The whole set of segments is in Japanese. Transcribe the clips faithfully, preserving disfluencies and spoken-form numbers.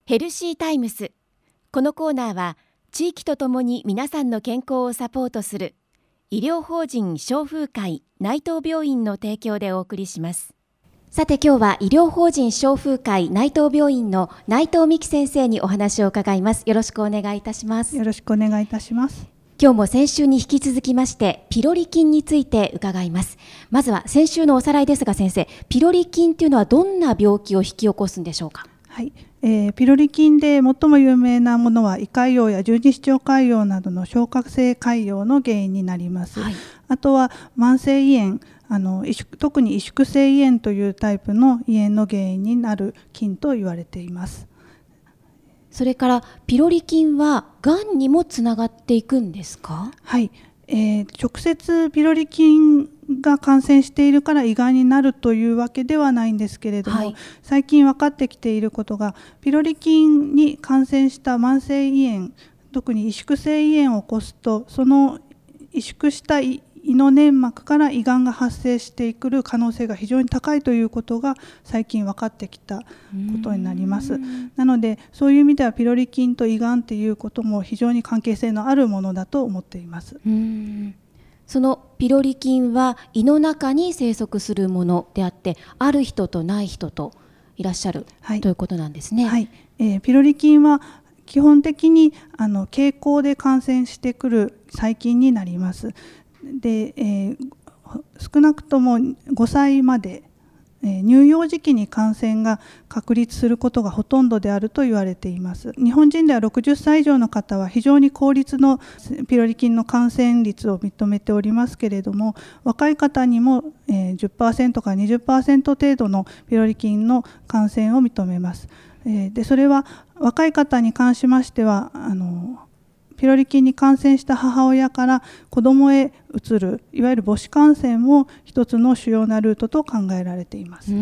ヘルシータイムス。このコーナーは地域とともに皆さんの健康をサポートする医療法人消風会内藤病院の提供でお送りします。さて今日は医療法人消風会内藤病院の内藤美希先生にお話を伺います。よろしくお願いいたします。 よろしくお願いいたします。 今日も先週に引き続きましてピロリ菌について伺います。まずは先週のおさらいですが、先生、ピロリ菌というのはどんな病気を引き起こすんでしょうか？ はい、えー、ピロリ菌で最も有名なものは胃潰瘍や十二指腸潰瘍などの消化性潰瘍の原因になります、はい、あとは慢性胃炎、あの萎縮特に萎縮性胃炎というタイプの胃炎の原因になる菌と言われています。 それからピロリ菌はがんにもつながっていくんですか？ はい、えー、直接ピロリ菌が感染しているから胃がんになるというわけではないんですけれども、はい、最近分かってきていることが、ピロリ菌に感染した慢性胃炎、特に萎縮性胃炎を起こすと、その萎縮した胃の粘膜から胃がんが発生してくる可能性が非常に高いということが最近分かってきたことになります。なのでそういう意味ではピロリ菌と胃がんということも非常に関係性のあるものだと思っています。 うーん、そのピロリ菌は胃の中に生息するものであって、ある人とない人といらっしゃる、はい、ということなんですね。 はい、えー、ピロリ菌は基本的にあの経口で感染してくる細菌になります。で、えー、少なくともごさいまで、えー、乳幼児期に感染が確立することがほとんどであると言われています。日本人ではろくじゅっさい以上の方は非常に高率のピロリ菌の感染率を認めておりますけれども、若い方にも、えー、じゅっパーセント から にじゅっパーセント 程度のピロリ菌の感染を認めます。えー、でそれは若い方に関しましては、あのピロリ菌に感染した母親から子どもへ移る、いわゆる母子感染も一つの主要なルートと考えられています。 うん、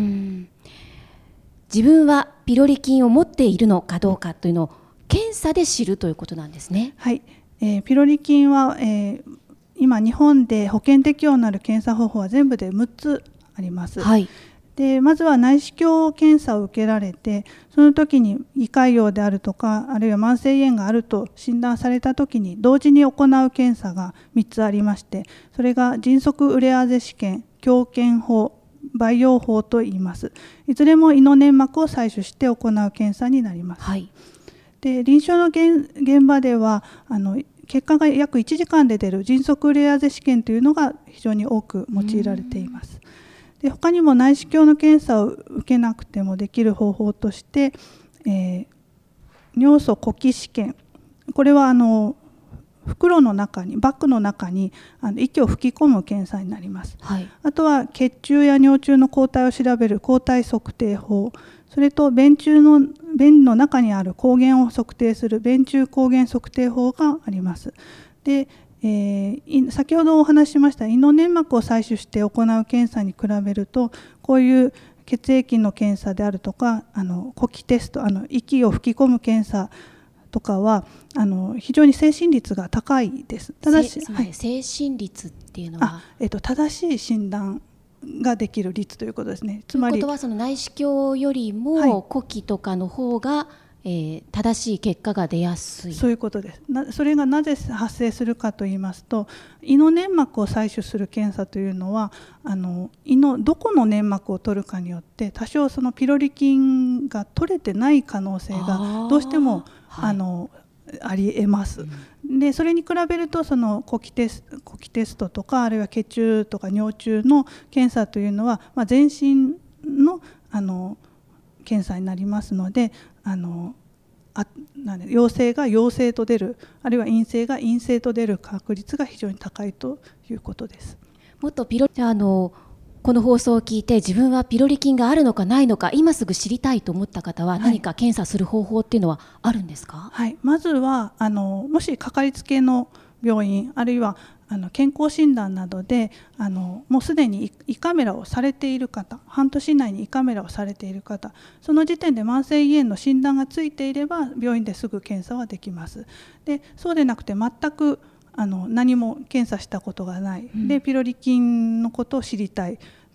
自分はピロリ菌を持っているのかどうかというのを検査で知るということなんですね。 はい、えー、ピロリ菌は、えー、今日本で保険適用になる検査方法は全部でむっつあります。はい、でまずは内視鏡検査を受けられて、その時に胃潰瘍であるとか、あるいは慢性胃炎があると診断された時に同時に行う検査がみっつありまして、それが迅速ウレアーゼ試験、強検法、培養法といいます。いずれも胃の粘膜を採取して行う検査になります。はい、で臨床の 現, 現場ではあの結果が約いちじかんで出る迅速ウレアーゼ試験というのが非常に多く用いられています。で他にも内視鏡の検査を受けなくてもできる方法として、えー、尿素呼気試験、これはあの袋の中にバッグの中にあの息を吹き込む検査になります。はい、あとは血中や尿中の抗体を調べる抗体測定法、それと便中の便の中にある抗原を測定する便中抗原測定法があります。でえー、先ほどお話ししました胃の粘膜を採取して行う検査に比べると、こういう血液の検査であるとか、あの呼気テスト、あの息を吹き込む検査とかはあの非常に精神率が高いです。 ただし、はい、精神率っていうのはあ、えーと、正しい診断ができる率ということですね。 つまりということは、その内視鏡よりも呼気とかの方が、はい、えー、正しい結果が出やすい。 そういうことです。なそれがなぜ発生するかといいますと、胃の粘膜を採取する検査というのは、あの胃のどこの粘膜を取るかによって多少そのピロリ菌が取れてない可能性がどうしても あ, あの、はい、ありえます。うん、でそれに比べると、その呼気テス、呼気テストとか、あるいは血中とか尿中の検査というのは、まあ、全身 の, あの検査になりますので、あのあなんで陽性が陽性と出る、あるいは陰性が陰性と出る確率が非常に高いということです。 もっとピロあのこの放送を聞いて、自分はピロリ菌があるのかないのか今すぐ知りたいと思った方は、何か検査する方法っていうのはあるんですか？ はい、まずはあのもしかかりつけの病院、あるいはあの健康診断などであのもうすでに胃カメラをされている方、半年以内に胃カメラをされている方、その時点で慢性胃炎の診断がついていれば病院ですぐ検査はできます。でそうでなくて全くあの何も検査したことがない、でピロリ菌のことを知りたい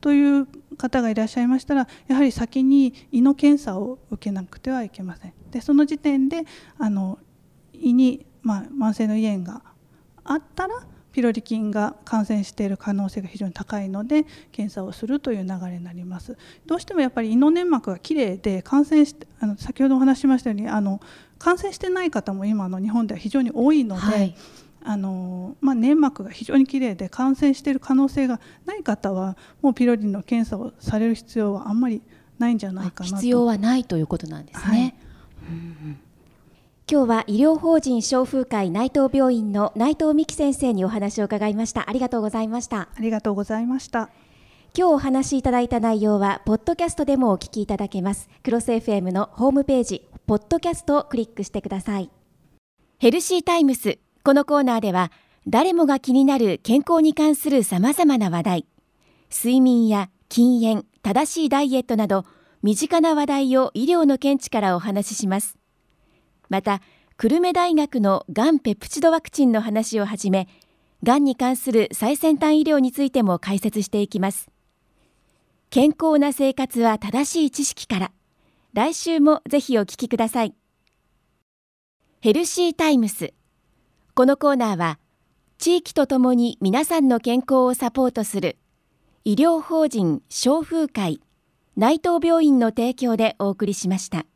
という方がいらっしゃいましたら、やはり先に胃の検査を受けなくてはいけません。でその時点であの胃に、まあ、慢性の胃炎があったらピロリ菌が感染している可能性が非常に高いので検査をするという流れになります。どうしてもやっぱり胃の粘膜がきれいで感染してあの先ほどお話ししましたようにあの感染してない方も今の日本では非常に多いので、はい、あのまあ、粘膜が非常にきれいで感染している可能性がない方はもうピロリの検査をされる必要はあんまりないんじゃないかなと。 必要はないということなんですね、はい。うんうん、今日は医療法人消風会内藤病院の内藤美希先生にお話を伺いました。ありがとうございました。 ありがとうございました。 今日お話しいただいた内容はポッドキャストでもお聞きいただけます。クロス エフエム のホームページポッドキャストをクリックしてください。ヘルシータイムス、このコーナーでは誰もが気になる健康に関するさまざまな話題、睡眠や禁煙、正しいダイエットなど身近な話題を医療の見地からお話しします。また久留米大学のがんペプチドワクチンの話をはじめ、がんに関する最先端医療についても解説していきます。健康な生活は正しい知識から。来週もぜひお聞きください。ヘルシータイムス、このコーナーは地域とともに皆さんの健康をサポートする医療法人消風会内藤病院の提供でお送りしました。